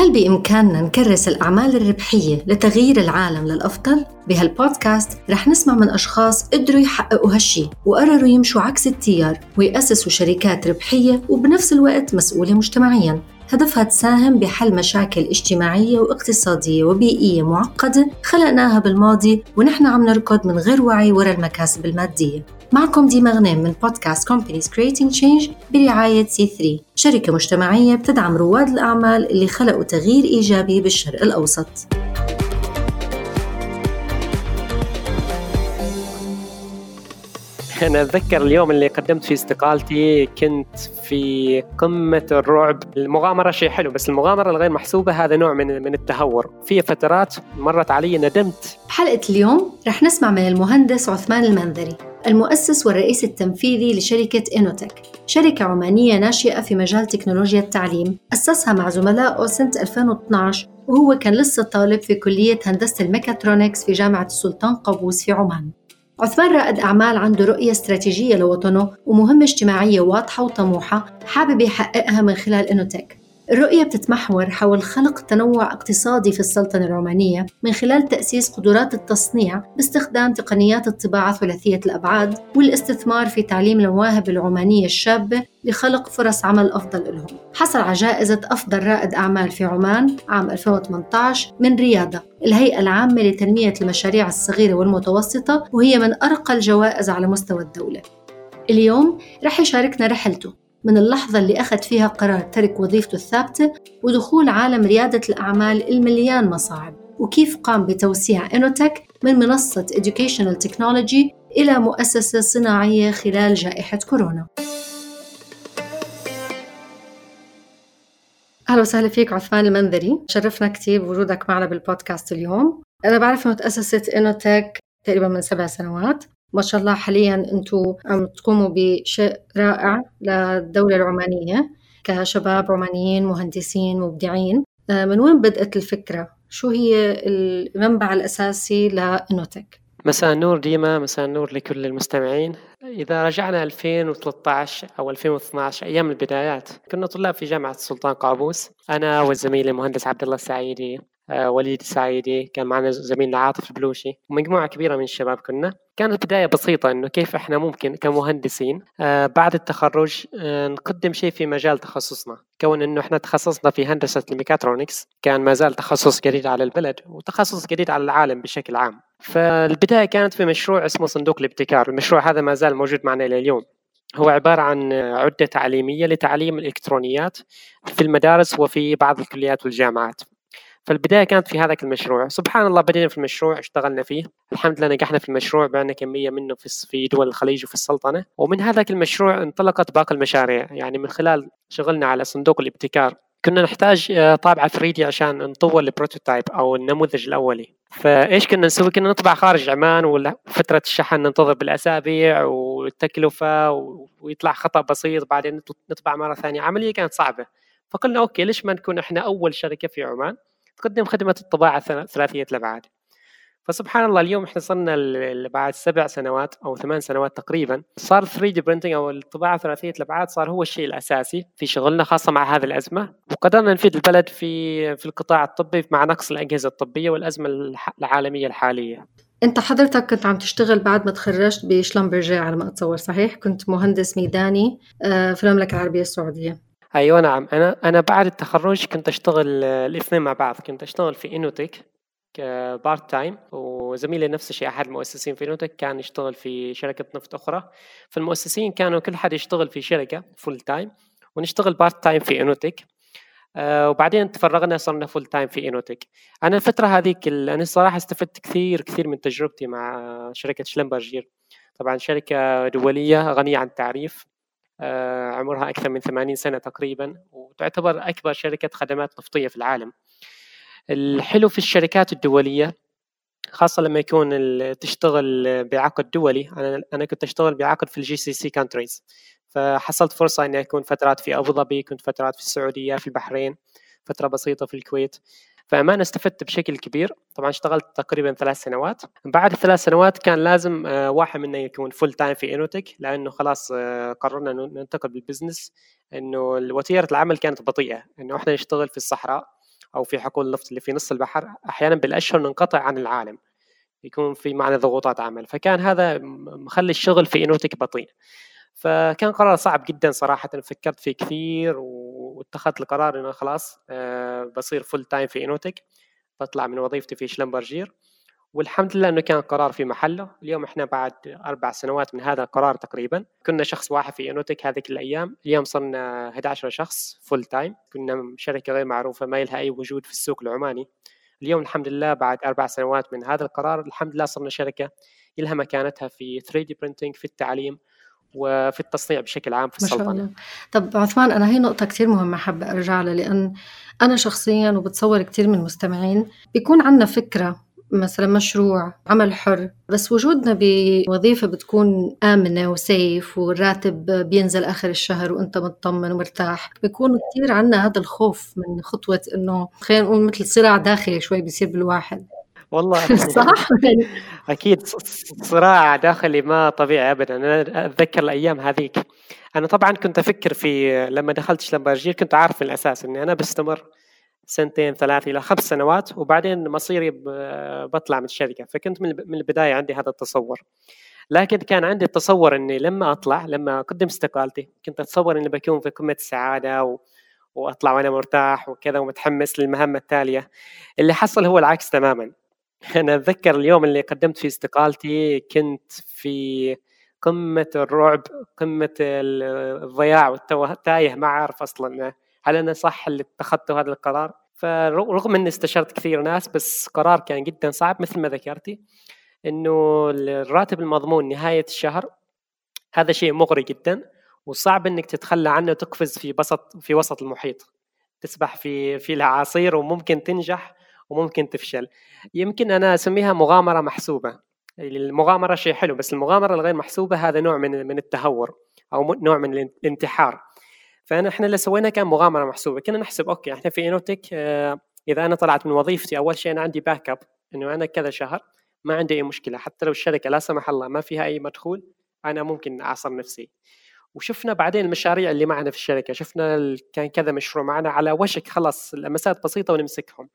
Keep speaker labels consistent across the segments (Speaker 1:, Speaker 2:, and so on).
Speaker 1: هل بإمكاننا نكرس الأعمال الربحية لتغيير العالم للأفضل؟ بهالبودكاست رح نسمع من أشخاص قدروا يحققوا هالشي وقرروا يمشوا عكس التيار ويأسسوا شركات ربحية وبنفس الوقت مسؤولة مجتمعياً. هدفها تساهم بحل مشاكل اجتماعية واقتصادية وبيئية معقدة خلقناها بالماضي ونحن عم نركض من غير وعي وراء المكاسب المادية. معكم ديما غنيم من بودكاست Companies Creating Change برعاية C3، شركة مجتمعية بتدعم رواد الأعمال اللي خلقوا تغيير إيجابي بالشرق الأوسط.
Speaker 2: أنا أتذكر اليوم اللي قدمت فيه استقالتي كنت في قمة الرعب. المغامرة شيء حلو، بس المغامرة الغير محسوبة هذا نوع من التهور. في فترات مرت علي ندمت.
Speaker 1: بحلقة اليوم رح نسمع من المهندس عثمان المنذري، المؤسس والرئيس التنفيذي لشركة إنوتك، شركة عمانية ناشئة في مجال تكنولوجيا التعليم. أسسها مع زملائه سنة 2012 وهو كان لسه طالب في كلية هندسة الميكاترونكس في جامعة السلطان قابوس في عمان. عثمان رائد أعمال عنده رؤية استراتيجية لوطنه ومهمة اجتماعية واضحة وطموحة حابب يحققها من خلال إنوتك. الرؤية بتتمحور حول خلق تنوع اقتصادي في السلطنة العمانية من خلال تأسيس قدرات التصنيع باستخدام تقنيات الطباعة ثلاثية الأبعاد والاستثمار في تعليم المواهب العمانية الشابة لخلق فرص عمل أفضل لهم. حصل على جائزة أفضل رائد أعمال في عمان عام 2018 من ريادة، الهيئة العامة لتنمية المشاريع الصغيرة والمتوسطة، وهي من أرقى الجوائز على مستوى الدولة. اليوم رح يشاركنا رحلته من اللحظة اللي أخذ فيها قرار ترك وظيفته الثابتة ودخول عالم ريادة الأعمال المليان مصاعب، وكيف قام بتوسيع إنوتك من منصة Educational Technology إلى مؤسسة صناعية خلال جائحة كورونا. أهلا وسهلا فيك عثمان المنذري، شرفنا كتير بوجودك معنا بالبودكاست اليوم. أنا بعرف أنه تأسست إنوتك تقريبا من 7 سنوات، ما شاء الله. حالياً أنتوا عم تقوموا بشيء رائع للدولة العمانية كشباب عمانيين مهندسين مبدعين. من وين بدأت الفكرة؟ شو هي المنبع الأساسي لإنوتك؟
Speaker 2: مساء النور ديما، مساء النور لكل المستمعين. إذا رجعنا 2013 أو 2012 أيام البدايات، كنا طلاب في جامعة السلطان قابوس، أنا والزميل المهندس عبد الله السعيدي، وليد السعيدي، كان معنا زميلنا عاطف البلوشي ومجموعة كبيرة من الشباب. كانت بداية بسيطة إنه كيف إحنا ممكن كمهندسين بعد التخرج نقدم شيء في مجال تخصصنا، كون إنه إحنا تخصصنا في هندسة الميكاترونكس، كان ما زال تخصص جديد على البلد وتخصص جديد على العالم بشكل عام. فالبداية كانت في مشروع اسمه صندوق الابتكار. المشروع هذا ما زال موجود معنا إلى اليوم. هو عبارة عن عدة تعليمية لتعليم الإلكترونيات في المدارس وفي بعض الكليات والجامعات. فالبداية كانت في هذاك المشروع. سبحان الله بدينا في المشروع، اشتغلنا فيه، الحمد لله نجحنا في المشروع، بعنا كمية منه في دول الخليج وفي السلطنة. ومن هذاك المشروع انطلقت باقي المشاريع. يعني من خلال شغلنا على صندوق الابتكار كنا نحتاج طابعة 3D عشان نطور البروتوتايب أو النموذج الأولي. فإيش كنا نسوي؟ كنا نطبع خارج عمان، وفترة الشحن ننتظر بالأسابيع والتكلفة ويطلع خطأ بسيط، بعدين نطبع مرة ثانية. عملية كانت صعبة. فقلنا أوكي، ليش ما نكون إحنا أول شركة في عمان تقدم خدمة الطباعة ثلاثية الأبعاد. فسبحان الله اليوم احنا صرنا بعد 7 سنوات أو 8 سنوات تقريبا، صار 3D printing أو الطباعة ثلاثية الأبعاد صار هو الشيء الأساسي في شغلنا، خاصة مع هذه الأزمة. وقدرنا نفيد البلد في القطاع الطبي مع نقص الأجهزة الطبية والأزمة العالمية الحالية.
Speaker 1: أنت حضرتك كنت عم تشتغل بعد ما تخرجت بشلمبرجي على ما أتصور، صحيح؟ كنت مهندس ميداني في المملكة العربية السعودية.
Speaker 2: أيوة نعم. أنا بعد التخرج كنت أشتغل الاثنين مع بعض. كنت أشتغل في إنوتك كبارت تايم، وزميلي نفس الشيء أحد المؤسسين في إنوتك كان يشتغل في شركة نفط أخرى. فالمؤسسين كانوا كل حد يشتغل في شركة فول تايم، ونشتغل بارت تايم في إنوتك. وبعدين تفرغنا صرنا فول تايم في إنوتك. أنا الفترة هذيك أنا الصراحة استفدت كثير من تجربتي مع شركة شلمبرجير. طبعا شركة دولية غنية عن التعريف، عمرها أكثر من 80 سنة تقريبا، وتعتبر أكبر شركة خدمات نفطية في العالم. الحلو في الشركات الدولية، خاصة لما يكون تشتغل بعقد دولي. أنا كنت أشتغل بعقد في الGCC countries، فحصلت فرصة أني أكون فترات في أبو ظبي، كنت فترات في السعودية، في البحرين، فترة بسيطة في الكويت. فأمانة استفدت بشكل كبير. طبعا اشتغلت تقريبا 3 سنوات. بعد 3 سنوات كان لازم واحد منا يكون فول تايم في إنوتك، لأنه خلاص قررنا ننتقل بالبزنس. إنه وتيرة العمل كانت بطيئة، إنه إحنا نشتغل في الصحراء أو في حقول النفط اللي في نص البحر أحيانا بالأشهر ننقطع عن العالم، يكون في معنا ضغوطات عمل، فكان هذا مخلي الشغل في إنوتك بطيء. فكان قرار صعب جدا صراحة، فكرت فيه كثير واتخذت القرار إنه خلاص بصير فول تايم في إنوتك، بطلع من وظيفتي في شلمبرجير. والحمد لله إنه كان قرار في محله. اليوم إحنا بعد 4 سنوات من هذا القرار تقريبا، كنا شخص واحد في إنوتك هذيك الأيام، اليوم صرنا 11 شخص فول تايم. كنا شركة غير معروفة ما لها أي وجود في السوق العماني. اليوم الحمد لله بعد 4 سنوات من هذا القرار الحمد لله صرنا شركة لها مكانتها في 3D printing، في التعليم وفي التصنيع بشكل عام في
Speaker 1: ما شاء
Speaker 2: السلطنة.
Speaker 1: الله. طب عثمان، أنا هي نقطة كتير مهمة حابة أرجع لها، لأن أنا شخصيا وبتصور كتير من المستمعين بيكون عنا فكرة مثلا مشروع عمل حر، بس وجودنا بوظيفة بتكون آمنة وسيف والراتب بينزل آخر الشهر وأنت مطمن ومرتاح، بيكون كتير عنا هذا الخوف من خطوة إنه خلينا نقول مثل صراع داخلي شوي بيصير بالواحد.
Speaker 2: والله
Speaker 1: صح؟
Speaker 2: أكيد صراع داخلي ما طبيعي أبدا. أنا أتذكر الأيام هذيك، أنا طبعا كنت أفكر في لما دخلت شلمبرجير كنت عارف من الأساس أني أنا بستمر 2 3 إلى 5 سنوات وبعدين مصيري بطلع من الشركة، فكنت من البداية عندي هذا التصور. لكن كان عندي التصور أني لما أطلع، لما أقدم استقالتي، كنت أتصور أني بكون في قمة السعادة وأطلع وأنا مرتاح وكذا ومتحمس للمهمة التالية. اللي حصل هو العكس تماما. أنا أتذكر اليوم اللي قدمت فيه استقالتي كنت في قمة الرعب، قمة الضياع والتايه، ما أعرف أصلا هل أنا صح اللي اتخذته هذا القرار. فرغم أني استشرت كثير ناس، بس قرار كان جدا صعب مثل ما ذكرتي، إنه الراتب المضمون نهاية الشهر هذا شيء مغري جدا، وصعب إنك تتخلى عنه وتقفز في وسط المحيط، تسبح في الأعاصير، وممكن تنجح وممكن تفشل. يمكن أنا أسميها مغامرة محسوبة. المغامرة شيء حلو، بس المغامرة الغير محسوبة هذا نوع من التهور أو نوع من الانتحار. فإحنا اللي سوينا كان مغامرة محسوبة. كنا نحسب أوكي إحنا في إنوتك إذا أنا طلعت من وظيفتي أول شيء أنا عندي باك أب، إنه أنا كذا شهر ما عندي أي مشكلة، حتى لو الشركة لا سمح الله ما فيها أي مدخول أنا ممكن أعصر نفسي. وشفنا بعدين المشاريع اللي معنا في الشركة، شفنا كان كذا مشروع معنا على وشك خلاص لمسات بسيطة ونمسكهم.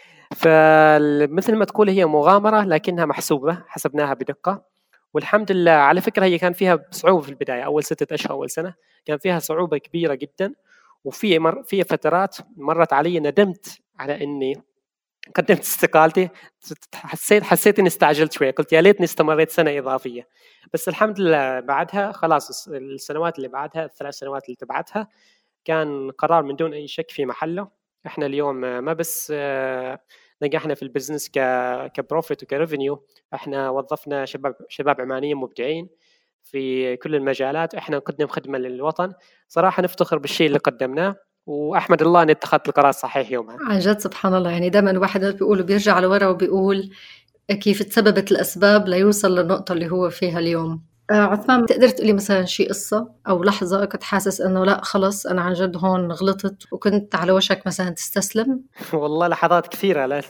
Speaker 2: فمثل ما تقول هي مغامرة لكنها محسوبة، حسبناها بدقة. والحمد لله. على فكرة هي كان فيها صعوبة في البداية، أول 6 أشهر أول سنة كان فيها صعوبة كبيرة جدا، وفي فترات مرت علي ندمت على إني قدمت استقالتي. حسيت إني استعجلت شوية، قلت يا ليتني استمريت سنة إضافية. بس الحمد لله بعدها خلاص السنوات اللي بعدها 3 سنوات اللي تبعتها كان قرار من دون أي شك في محله. إحنا اليوم ما بس نجحنا في البزنس كبروفيت وكريفينيو، إحنا وظفنا شباب عمانيين مبدعين في كل المجالات. إحنا نقدم خدمة للوطن، صراحة نفتخر بالشيء اللي قدمناه، وأحمد الله أن اتخذت القرار الصحيح يومها.
Speaker 1: عن جد سبحان الله، يعني دائما الواحد بيقول بيرجع لورا وبيقول كيف تسببت الأسباب ليوصل للنقطة اللي هو فيها اليوم. عثمان، تقدر تقولي مثلا شي قصة أو لحظة كنت حاسس أنه لا خلص أنا عن جد هون غلطت وكنت على وشك مثلا تستسلم؟
Speaker 2: والله لحظات كثيرة. لا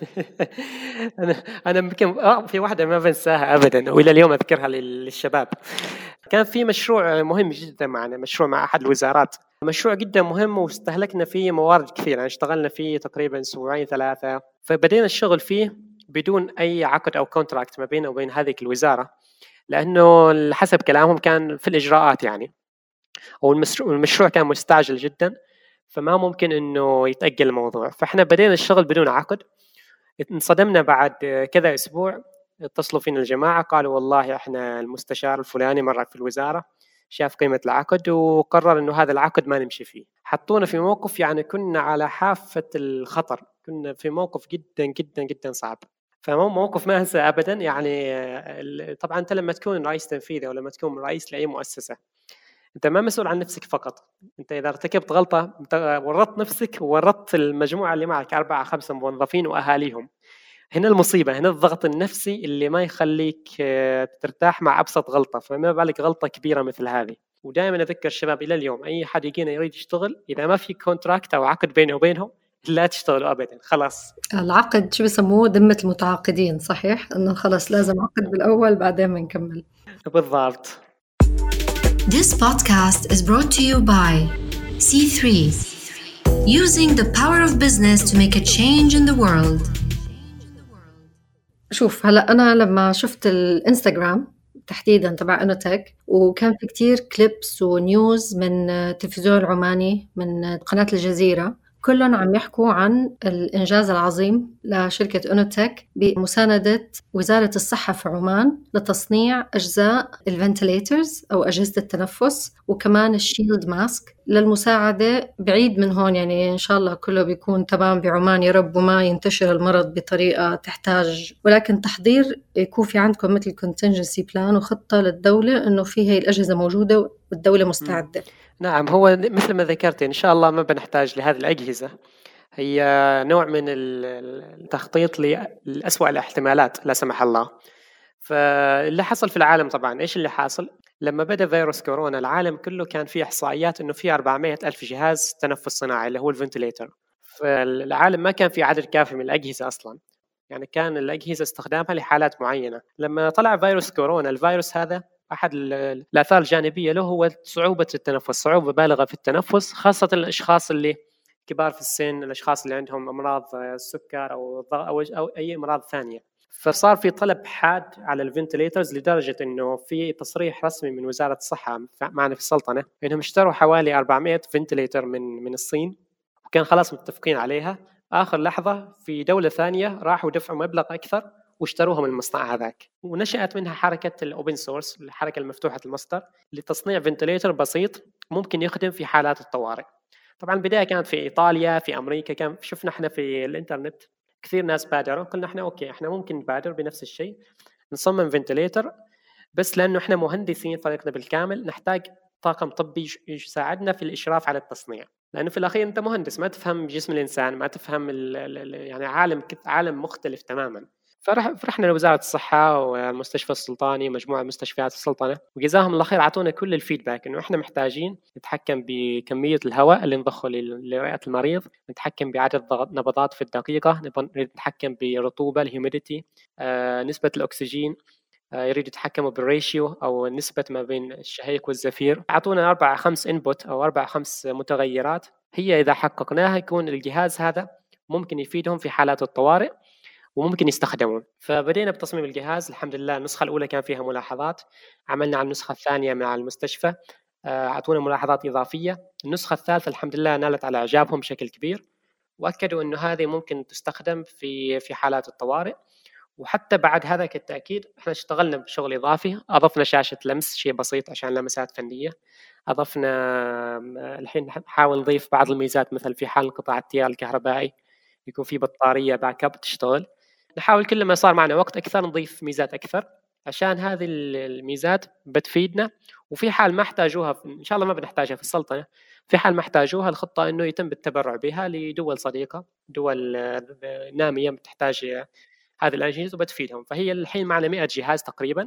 Speaker 2: أنا يمكن في واحدة ما بنساها أبدا وإلى اليوم أذكرها للشباب. كان في مشروع مهم جدا معنا، مشروع مع أحد الوزارات، مشروع جدا مهم واستهلكنا فيه موارد كثيرة، يعني اشتغلنا فيه تقريبا 2 3. فبدينا الشغل فيه بدون أي عقد أو كونتراكت ما بينه وبين هذه الوزارة، لأنه حسب كلامهم كان في الإجراءات يعني، والمشروع كان مستعجل جدا، فما ممكن إنه يتأجل الموضوع. فإحنا بدينا الشغل بدون عقد. انصدمنا بعد كذا أسبوع، اتصلوا فينا الجماعة قالوا والله إحنا المستشار الفلاني مرة في الوزارة شاف قيمة العقد وقرر إنه هذا العقد ما نمشي فيه. حطونا في موقف يعني كنا على حافة الخطر، كنا في موقف جدا جدا جدا صعب. فموقف ما أنسى أبدا. يعني طبعا أنت لما تكون رئيس تنفيذي أو لما تكون رئيس لأي مؤسسة أنت ما مسؤول عن نفسك فقط، أنت إذا ارتكبت غلطة ورطت نفسك وورطت المجموعة اللي معك 4 5 موظفين وأهاليهم. هنا المصيبة، هنا الضغط النفسي اللي ما يخليك ترتاح مع أبسط غلطة، فما بالك غلطة كبيرة مثل هذه. ودائما أذكر الشباب إلى اليوم أي حد يجينا يريد يشتغل إذا ما في كونتراكت أو عقد بينه وبينهم لا تشتغلوا أبدا، خلاص.
Speaker 1: العقد شو بيسموه؟ ذمة المتعاقدين، صحيح؟ إنه خلاص لازم عقد بالأول بعدين بنكمل.
Speaker 2: بالضبط.
Speaker 3: This podcast is brought to you by C3
Speaker 1: Using the power of business to make a change in the world. شوف هلأ أنا لما شفت الإنستغرام تحديداً تبع إنوتك وكان في كتير كليبس ونيوز من التلفزيون العماني من قناة الجزيرة كلهم عم يحكوا عن الإنجاز العظيم لشركة إنوتك بمساندة وزارة الصحة في عمان لتصنيع أجزاء الفنتيليترز أو أجهزة التنفس وكمان الشيلد ماسك للمساعدة بعيد من هون. يعني إن شاء الله كله بيكون تمام بعمان يا رب وما ينتشر المرض بطريقة تحتاج، ولكن تحضير يكون في عندكم مثل contingency plan وخطة للدولة إنه في هاي الأجهزة موجودة والدولة مستعدة.
Speaker 2: نعم، هو مثل ما ذكرت إن شاء الله ما بنحتاج لهذه الأجهزة. هي نوع من التخطيط لأسوأ الاحتمالات لا سمح الله. فاللي حصل في العالم طبعا إيش اللي حاصل لما بدأ فيروس كورونا؟ العالم كله كان فيه إحصائيات إنه فيه 400 ألف جهاز تنفس صناعي اللي هو الفنتيليتر. فالعالم ما كان فيه عدد كافي من الأجهزة أصلا، يعني كان الأجهزة استخدامها لحالات معينة. لما طلع فيروس كورونا، الفيروس هذا أحد الآثار الجانبية له هو صعوبة التنفس، صعوبة بالغة في التنفس، خاصة الأشخاص اللي كبار في السن، الأشخاص اللي عندهم أمراض السكر أو أي أمراض ثانية. فصار في طلب حاد على الفنتيليترز لدرجة إنه في تصريح رسمي من وزارة الصحة معنا في السلطنة إنهم اشتروا حوالي 400 فنتيليتر من الصين، وكان خلاص متفقين عليها. آخر لحظة في دولة ثانية راحوا دفعوا مبلغ أكثر واشتروها من المصنع هذاك، ونشأت منها حركة الأوبن سورس، الحركة المفتوحة المصدر، لتصنيع فنتيليتر بسيط ممكن يخدم في حالات الطوارئ. طبعا البداية كانت في إيطاليا، في أمريكا، كان شفنا احنا في الإنترنت كثير ناس بادروا، قلنا احنا أوكي احنا ممكن نبادر بنفس الشيء، نصمم فنتيليتر، بس لأنه احنا مهندسين فريقنا بالكامل نحتاج طاقم طبي يساعدنا في الإشراف على التصنيع، لأنه في الأخير أنت مهندس ما تفهم جسم الإنسان، ما تفهم يعني عالم مختلف تماما. فرحنا لوزارة الصحة والمستشفى السلطاني ومجموعة مستشفيات السلطنة، وجزاهم الله خير عطونا كل الفيدباك إنه إحنا محتاجين نتحكم بكمية الهواء اللي نضخه لرئة المريض، نتحكم بعدد نبضات في الدقيقة، نتحكم برطوبة الهيوميديتي، نسبة الأكسجين، يريد يتحكموا بالريشيو أو نسبة ما بين الشهيق والزفير. أعطونا 4-5 input أو 4-5 متغيرات، هي إذا حققناها يكون الجهاز هذا ممكن يفيدهم في حالات الطوارئ وممكن يستخدمون. فبدينا بتصميم الجهاز، الحمد لله النسخة الأولى كان فيها ملاحظات، عملنا على النسخة الثانية مع المستشفى، أعطونا ملاحظات إضافية. النسخة الثالثة الحمد لله نالت على إعجابهم بشكل كبير، وأكدوا أنه هذه ممكن تستخدم في حالات الطوارئ. وحتى بعد هذا كالتأكيد احنا اشتغلنا بشغل إضافي، أضفنا شاشة لمس، شيء بسيط عشان لمسات فنية، أضفنا الحين نحاول نضيف بعض الميزات، مثل في حال انقطاع التيار الكهربائي يكون في بطارية باك اب تشتغل. نحاول كل ما صار معنا وقت أكثر نضيف ميزات أكثر، عشان هذه الميزات بتفيدنا، وفي حال ما احتاجوها إن شاء الله ما بنحتاجها في السلطنة، في حال ما احتاجوها الخطة إنه يتم التبرع بها لدول صديقة، دول نامية بتحتاج هذه الأجهزة وبتفيدهم. فهي الحين معنا 100 جهاز تقريبا،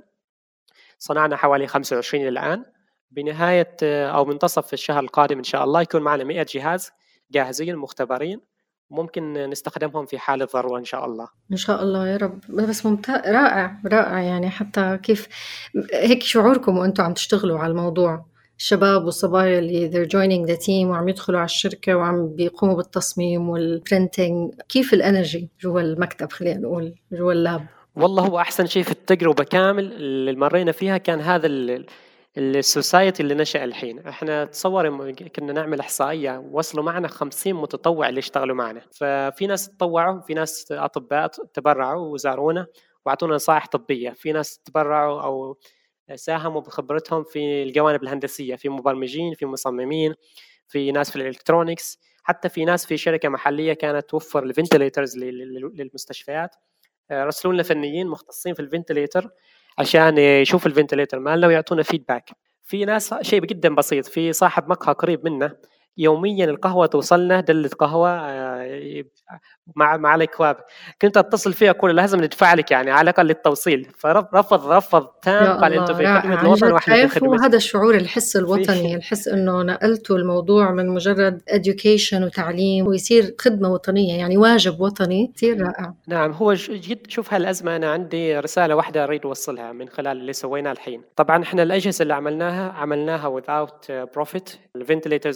Speaker 2: صنعنا حوالي 25 الآن، بنهاية أو منتصف الشهر القادم إن شاء الله يكون معنا 100 جهاز جاهزين مختبرين، ممكن نستخدمهم في حالة ضرورة إن شاء الله.
Speaker 1: إن شاء الله يا رب. بس ممتاز، رائع رائع. يعني حتى كيف هيك شعوركم وأنتم عم تشتغلوا على الموضوع، الشباب والصبايا اللي they're joining the team وعم يدخلوا على الشركة وعم بيقوموا بالتصميم والبرينتينج، كيف الانرجي جوا المكتب، خلينا نقول جوا اللاب؟
Speaker 2: والله هو أحسن شيء في التجربة كامل اللي مرينا فيها كان هذا السوسايتي اللي نشأ الحين. احنا تصور كنا نعمل إحصائية، وصلوا معنا 50 متطوع اللي اشتغلوا معنا، ففي ناس تطوعوا، في ناس أطباء تبرعوا وزارونا وعطونا نصائح طبية، في ناس تبرعوا أو ساهموا بخبرتهم في الجوانب الهندسية، في مبرمجين، في مصممين، في ناس في الإلكترونيكس، حتى في ناس في شركة محلية كانت توفر الفنتيليترز للمستشفيات، رسلوا لنا فنيين مختصين في الفنتيليتر عشان يشوف الفنتيليتر مالنا ويعطونا فيدباك. في ناس شيء جدا بسيط، في صاحب مقهى قريب منا يوميا القهوة توصلنا دلة قهوة مع الأكواب، كنت أتصل فيها أقول لازم ندفع لك يعني على الأقل للتوصيل، رفض تام، قال أنتم في خدمة الوطن وإحنا في خدمة.
Speaker 1: هذا الشعور، الحس الوطني، الحس إنه نقلتوا الموضوع من مجرد education وتعليم ويصير خدمة وطنية، يعني واجب وطني، كثير رائع.
Speaker 2: نعم، هو جد. شوف هالأزمة أنا عندي رسالة واحدة أريد أوصلها من خلال اللي سويناه الحين. طبعا إحنا الأجهزة اللي عملناها without profit، الفنتيليترز اللي صنعناها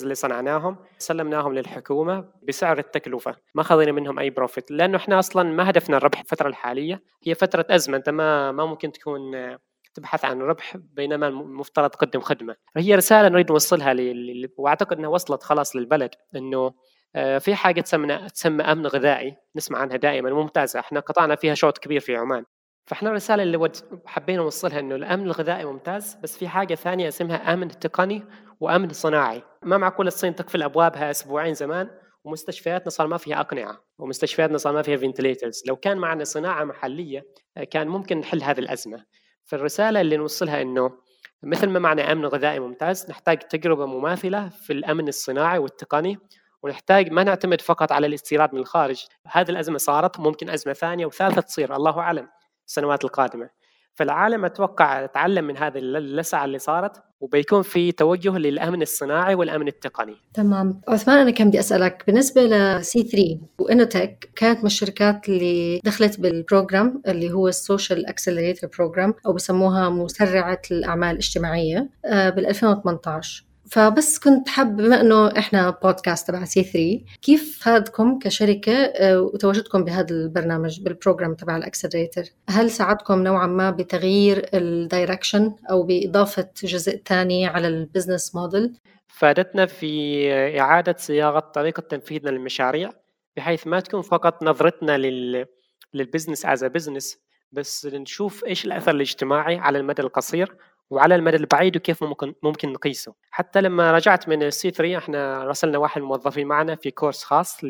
Speaker 2: طلعناهم سلمناهم للحكومة بسعر التكلفة، ما خذينا منهم أي بروفيت، لأنه إحنا أصلا ما هدفنا الربح. الفترة الحالية هي فترة أزمة، أنت ما ممكن تكون تبحث عن ربح بينما المفترض تقدم خدمة. فهي رسالة نريد نوصلها وأعتقد أنها وصلت خلاص للبلد، أنه في حاجة تسمى أمن غذائي، نسمع عنها دائما، ممتازة، احنا قطعنا فيها شوط كبير في عمان. فاحنا الرسالة اللي حبينا نوصلها انه الامن الغذائي ممتاز، بس في حاجة ثانية اسمها امن تقني وامن صناعي. ما معقول الصين تقفل ابوابها اسبوعين زمان ومستشفياتنا صار ما فيها اقنعة، ومستشفياتنا صار ما فيها فينتليترز. لو كان معنا صناعة محلية كان ممكن نحل هذه الأزمة. فالرسالة اللي نوصلها انه مثل ما معنا امن غذائي ممتاز، نحتاج تجربة مماثلة في الامن الصناعي والتقني، ونحتاج ما نعتمد فقط على الاستيراد من الخارج. هذه الأزمة صارت، ممكن أزمة ثانية وثالثة تصير، الله أعلم السنوات القادمة. فالعالم أتوقع تعلم من هذه اللسعة اللي صارت، وبيكون في توجه للأمن الصناعي والأمن التقني.
Speaker 1: تمام. عثمان، أنا كان بدي أسألك بالنسبة لC3 وإنوتك، كانت من الشركات اللي دخلت بالبروجرام اللي هو السوشيال أكسلريتور بروجرام، أو بسموها مسرعة الأعمال الاجتماعية بال2018. فبس كنت حابة بما أنه إحنا بودكاست تبع C3، كيف فادكم كشركة وتواجدكم بهذا البرنامج بالبروجرام تبع الأكسلريتور؟ هل ساعدكم نوعا ما بتغيير الدايركشن أو بإضافة جزء تاني على البزنس موديل؟
Speaker 2: فادتنا في إعادة صياغة طريقة تنفيذنا للمشاريع، بحيث ما تكون فقط نظرتنا للبزنس as a business، بس نشوف إيش الأثر الاجتماعي على المدى القصير وعلى المدى البعيد وكيف ممكن نقيسه. حتى لما رجعت من C3 احنا رسلنا واحد موظفين معنا في كورس خاص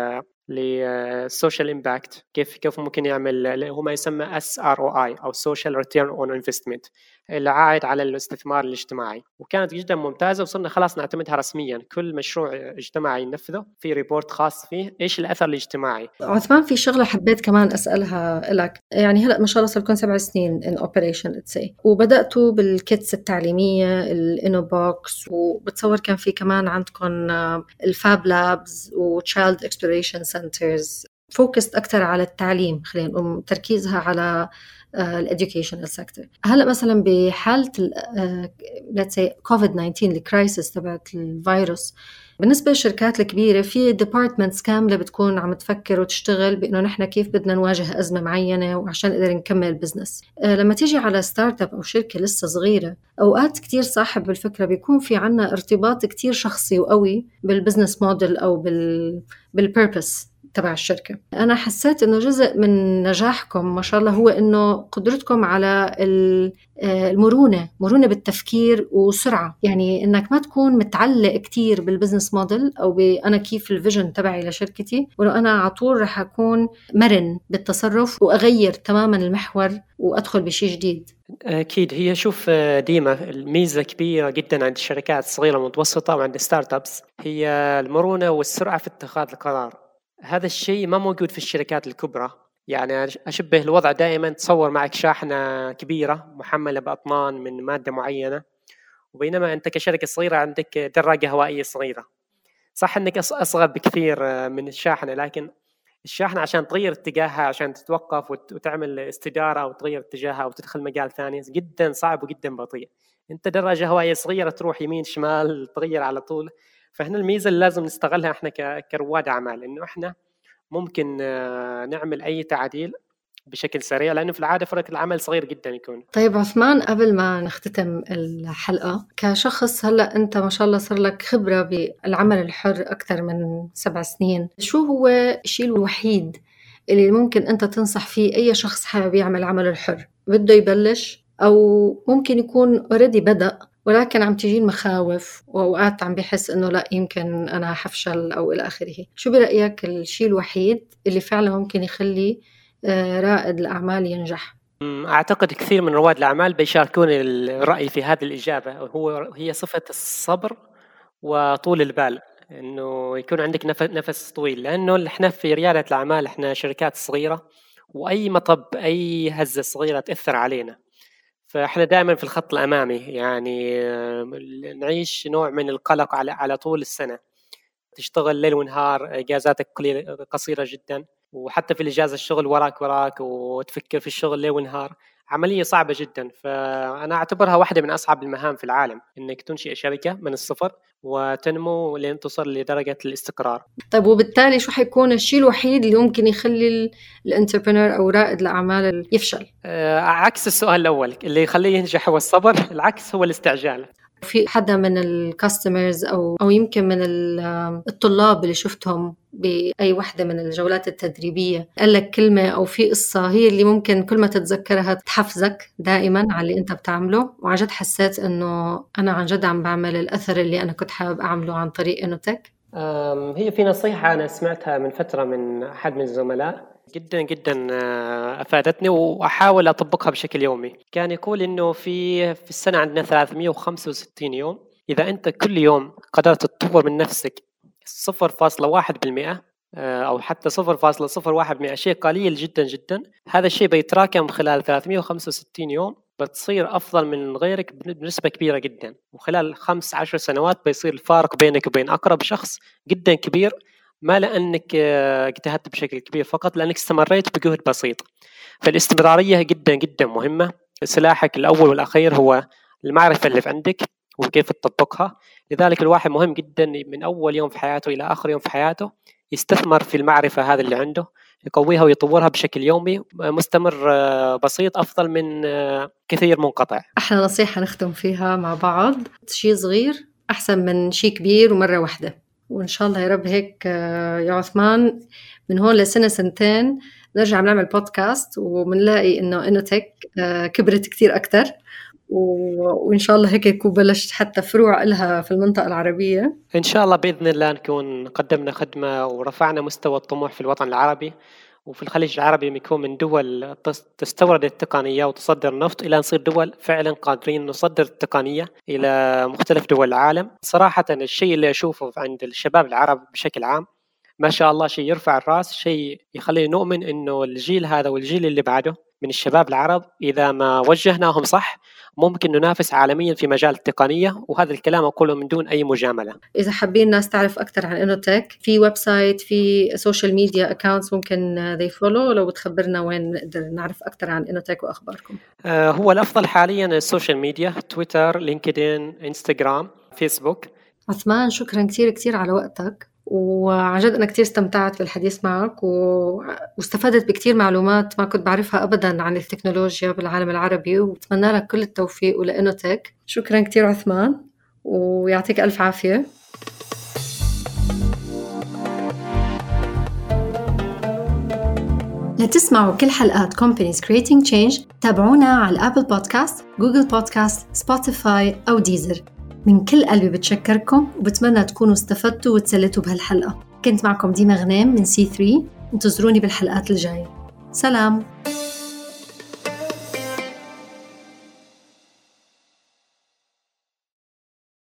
Speaker 2: للسوشيال امباكت، كيف ممكن يعمل هو ما يسمى SROI أو Social Return on Investment، العائد على الاستثمار الاجتماعي. وكانت جدا ممتازة، وصرنا خلاص نعتمدها رسميا. كل مشروع اجتماعي ننفذه في ريبورت خاص فيه إيش الأثر الاجتماعي.
Speaker 1: عثمان، في شغلة حبيت كمان أسألها لك. يعني هلأ ما شاء الله صار لكم 7 سنين in operation let's say، وبدأتوا بالكيتس التعليمية الإنوبوكس، وبتصور كان في كمان عندكم الفاب لابز وتشايلد اكسبلوريشن سنترز فوكست أكتر على التعليم، خلينا نقول تركيزها على الeducational sector. هلأ مثلا بحالة let's say COVID-19 الكرايسيس تبعت الفيروس، بالنسبة للشركات الكبيرة في departments كاملة بتكون عم تفكر وتشتغل بأنه نحن كيف بدنا نواجه أزمة معينة وعشان نقدر نكمل بزنس. لما تيجي على ستارت اب أو شركة لسه صغيرة، أوقات كتير صاحب الفكرة بيكون في عنا ارتباط كتير شخصي وقوي بالبزنس موديل أو بالبيربس تبع الشركة. أنا حسيت إنه جزء من نجاحكم ما شاء الله هو إنه قدرتكم على المرونة بالتفكير وسرعة، يعني إنك ما تكون متعلق كتير بالبزنس موديل أو أنا كيف الفيجن تبعي لشركتي، ولو أنا على طول رح أكون مرن بالتصرف وأغير تماما المحور وأدخل بشيء جديد.
Speaker 2: أكيد. هي شوف ديما الميزة كبيرة جدا عند الشركات الصغيرة والمتوسطة وعند ستارت أبس هي المرونة والسرعة في اتخاذ القرار. هذا الشيء ما موجود في الشركات الكبرى. يعني أشبه الوضع دائما، تصور معك شاحنة كبيرة محملة بأطنان من مادة معينة، وبينما أنت كشركة صغيرة عندك دراجة هوائية صغيرة. صح أنك أصغر بكثير من الشاحنة، لكن الشاحنة عشان تغير اتجاهها، عشان تتوقف وتعمل استدارة وتغير اتجاهها وتدخل مجال ثاني جدا صعب وجدا بطيء. أنت دراجة هوائية صغيرة تروح يمين شمال تغير على طول. فهنا الميزة اللي لازم نستغلها إحنا كرواد أعمال، إنه إحنا ممكن نعمل أي تعديل بشكل سريع، لأنه في العادة فرق العمل صغير جدا يكون.
Speaker 1: طيب عثمان، قبل ما نختتم الحلقة، كشخص هلأ أنت ما شاء الله صار لك خبرة بالعمل الحر أكثر من 7 سنين، شو هو الشيء الوحيد اللي ممكن أنت تنصح فيه أي شخص حابب يعمل عمله الحر بده يبلش، أو ممكن يكون already بدأ ولكن عم تجي المخاوف وأوقات عم بيحس إنه لا يمكن أنا حفشل أو إلى آخره؟ شو برأيك الشيء الوحيد اللي فعلا ممكن يخلي رائد الأعمال ينجح؟
Speaker 2: أعتقد كثير من رواد الأعمال بيشاركون الرأي في هذه الإجابة، هي صفة الصبر وطول البال، إنه يكون عندك نفس طويل. لأنه إحنا في ريادة الأعمال إحنا شركات صغيرة، وأي مطب أي هزة صغيرة تأثر علينا، فإحنا دائما في الخط الأمامي. يعني نعيش نوع من القلق على طول السنة، تشتغل ليل ونهار، إجازاتك قصيرة جدا، وحتى في الإجازة الشغل وراك وتفكر في الشغل ليل ونهار. عملية صعبة جدا، فأنا أعتبرها واحدة من أصعب المهام في العالم، إنك تنشئ شركة من الصفر وتنمو لين تصل لدرجة الاستقرار.
Speaker 1: طيب وبالتالي شو حيكون الشيء الوحيد اللي ممكن يخلي الانتربرنور أو رائد الأعمال يفشل؟
Speaker 2: عكس السؤال الأول اللي يخليه ينجح هو الصبر، العكس هو الاستعجال.
Speaker 1: في حدا من الكاستمرز أو يمكن من الطلاب اللي شفتهم بأي واحدة من الجولات التدريبية قال لك كلمة أو في قصة هي اللي ممكن كل ما تتذكرها تحفزك دائما على اللي أنت بتعمله، وعن جد حسيت إنه أنا عن جد عم بعمل الأثر اللي أنا كنت حابب أعمله عن طريق إنوتك؟
Speaker 2: هي في نصيحة أنا سمعتها من فترة من أحد من الزملاء جدا جدا أفادتني وأحاول أطبقها بشكل يومي. كان يقول إنه في السنة عندنا 365 يوم، إذا أنت كل يوم قدرت تطور من نفسك 0.1% أو حتى 0.01%، شيء قليل جدا جدا، هذا الشيء بيتراكم خلال 365 يوم، بتصير أفضل من غيرك بنسبة كبيرة جدا، وخلال 15 سنوات بيصير الفارق بينك وبين أقرب شخص جدا كبير، ما لأنك اجتهدت بشكل كبير، فقط لأنك استمريت بجهد بسيط. فالاستمرارية جدا جدا مهمة. سلاحك الأول والأخير هو المعرفة اللي في عندك وكيف تطبقها. لذلك الواحد مهم جدا من أول يوم في حياته إلى آخر يوم في حياته يستثمر في المعرفة هذا اللي عنده، يقويها ويطورها بشكل يومي مستمر بسيط، أفضل من كثير منقطع.
Speaker 1: أحلى نصيحة نختم فيها مع بعض، شيء صغير أحسن من شيء كبير ومرة واحدة. وإن شاء الله يا رب هيك يا عثمان من هون لسنة سنتين نرجع نعمل بودكاست ومنلاقي إنه إنوتك كبرت كتير أكتر، وإن شاء الله هيك يكون بلشت حتى فروع لها في المنطقة العربية.
Speaker 2: إن شاء الله بإذن الله نكون قدمنا خدمة ورفعنا مستوى الطموح في الوطن العربي وفي الخليج العربي، يكون من دول تستورد التقنية وتصدر النفط إلى نصير دول فعلا قادرين نصدر التقنية إلى مختلف دول العالم. صراحة الشيء اللي أشوفه عند الشباب العرب بشكل عام ما شاء الله شيء يرفع الرأس، شيء يخليني نؤمن إنه الجيل هذا والجيل اللي بعده من الشباب العرب إذا ما وجهناهم صح ممكن ننافس عالميا في مجال التقنية، وهذا الكلام أقوله من دون أي مجاملة.
Speaker 1: إذا حابين الناس تعرف أكتر عن إنوتك، في ويب سايت، في سوشيال ميديا أكاونتس ممكن they follow، لو بتخبرنا وين نقدر نعرف أكتر عن إنوتك وأخباركم؟
Speaker 2: هو الأفضل حاليا السوشيال ميديا، تويتر، لينكدين، إنستغرام، فيسبوك.
Speaker 1: عثمان شكرا كتير كتير على وقتك، وعن جد أنا كتير استمتعت بالحديث معك واستفدت بكتير معلومات ما كنت بعرفها أبدا عن التكنولوجيا بالعالم العربي، وبتمنى لك كل التوفيق ولإنوتك. شكرا كتير عثمان ويعطيك ألف عافية. لتسمعوا كل حلقات Companies Creating Change تابعونا على أبل بودكاست، جوجل بودكاست، سبوتيفاي أو ديزر. من كل قلبي بتشكركم وبتمنى تكونوا استفدتوا وتسلتوا بهالحلقة. كنت معكم ديما غنام من C3، انتظروني بالحلقات الجاية. سلام.